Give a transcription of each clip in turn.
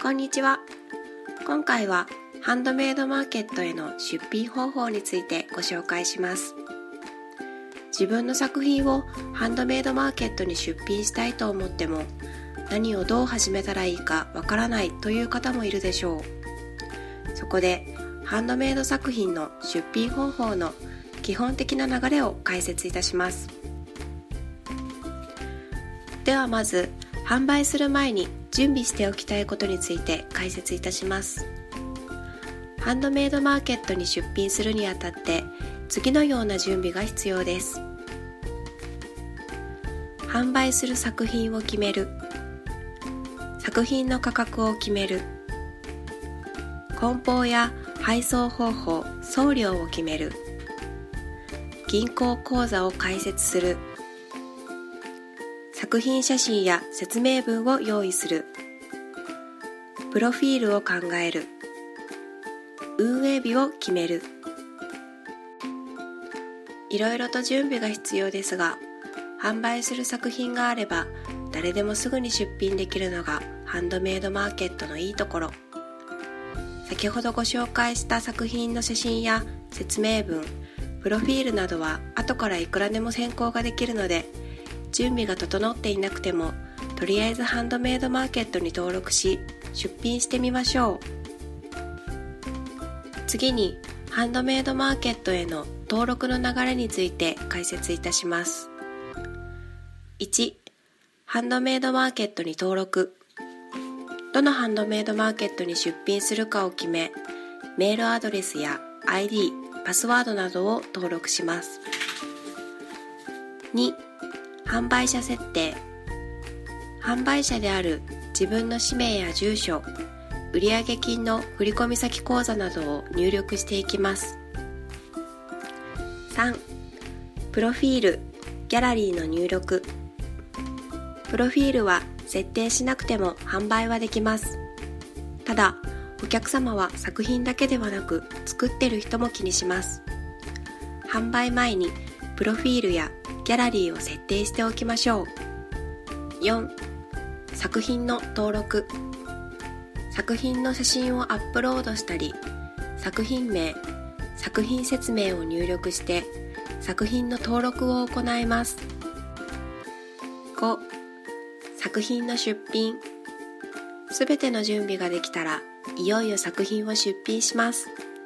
こんにちは。今回はハンドメイドマーケットへの出品方法についてご紹介します。自分の作品をハンドメイドマーケットに出品したいと思っても、何をどう始めたらいいかわからないという方もいるでしょう。そこでハンドメイド作品の出品方法の基本的な流れを解説いたします。ではまず、販売する前に準備しておきたいことについて解説いたします。ハンドメイドマーケットに出品するにあたって次のような準備が必要です。販売する作品を決める。作品の価格を決める。梱包や配送方法、送料を決める。銀行口座を開設する。作品写真や説明文を用意する。プロフィールを考える。運営日を決める。いろいろと準備が必要ですが、販売する作品があれば誰でもすぐに出品できるのがハンドメイドマーケットのいいところ。先ほどご紹介した作品の写真や説明文、プロフィールなどは後からいくらでも変更ができるので、準備が整っていなくてもとりあえずハンドメイドマーケットに登録し出品してみましょう。次にハンドメイドマーケットへの登録の流れについて解説いたします。1、ハンドメイドマーケットに登録。どのハンドメイドマーケットに出品するかを決め、メールアドレスや ID、パスワードなどを登録します。2、販売者設定。販売者である自分の氏名や住所、売上金の振込先口座などを入力していきます。3、プロフィール、ギャラリーの入力。プロフィールは設定しなくても販売はできます。ただ、お客様は作品だけではなく作ってる人も気にします。販売前にプロフィールやギャラリーを設定しておきましょう。4、作品の登録。作品の写真をアップロードしたり、作品名、作品説明を入力して作品の登録を行います。5、作品の出品。すべての準備ができたらいよいよ作品を出品します。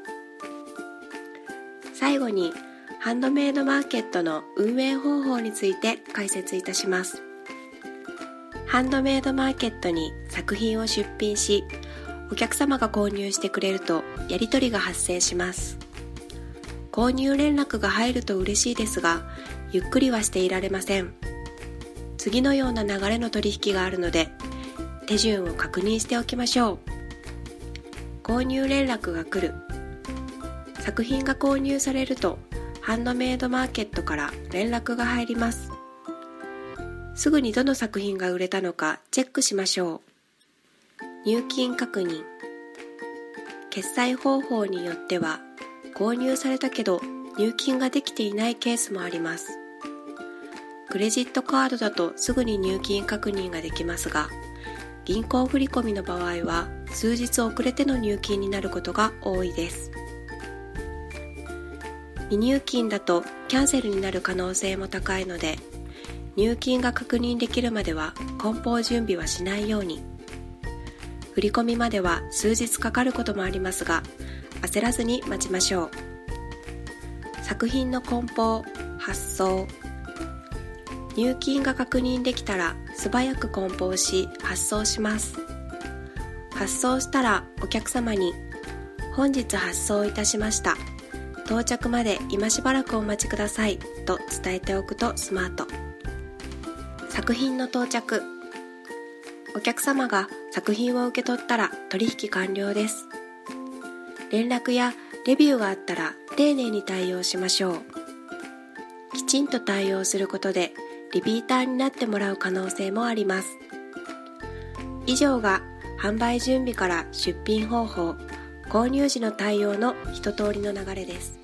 最後にハンドメイドマーケットの運営方法について解説いたします。ハンドメイドマーケットに作品を出品し、お客様が購入してくれるとやり取りが発生します。購入連絡が入ると嬉しいですが、ゆっくりはしていられません。次のような流れの取引があるので、手順を確認しておきましょう。購入連絡が来る。作品が購入されると、ハンドメイドマーケットから連絡が入ります。すぐにどの作品が売れたのかチェックしましょう。入金確認。決済方法によっては、購入されたけど入金ができていないケースもあります。クレジットカードだとすぐに入金確認ができますが、銀行振込の場合は数日遅れての入金になることが多いです。未入金だとキャンセルになる可能性も高いので、入金が確認できるまでは梱包準備はしないように。振り込みまでは数日かかることもありますが、焦らずに待ちましょう。作品の梱包、発送。入金が確認できたら素早く梱包し発送します。発送したらお客様に本日発送いたしました。到着まで今しばらくお待ちくださいと伝えておくとスマート。作品の到着。お客様が作品を受け取ったら取引完了です。連絡やレビューがあったら丁寧に対応しましょう。きちんと対応することでリピーターになってもらう可能性もあります。以上が販売準備から出品方法、購入時の対応の一通りの流れです。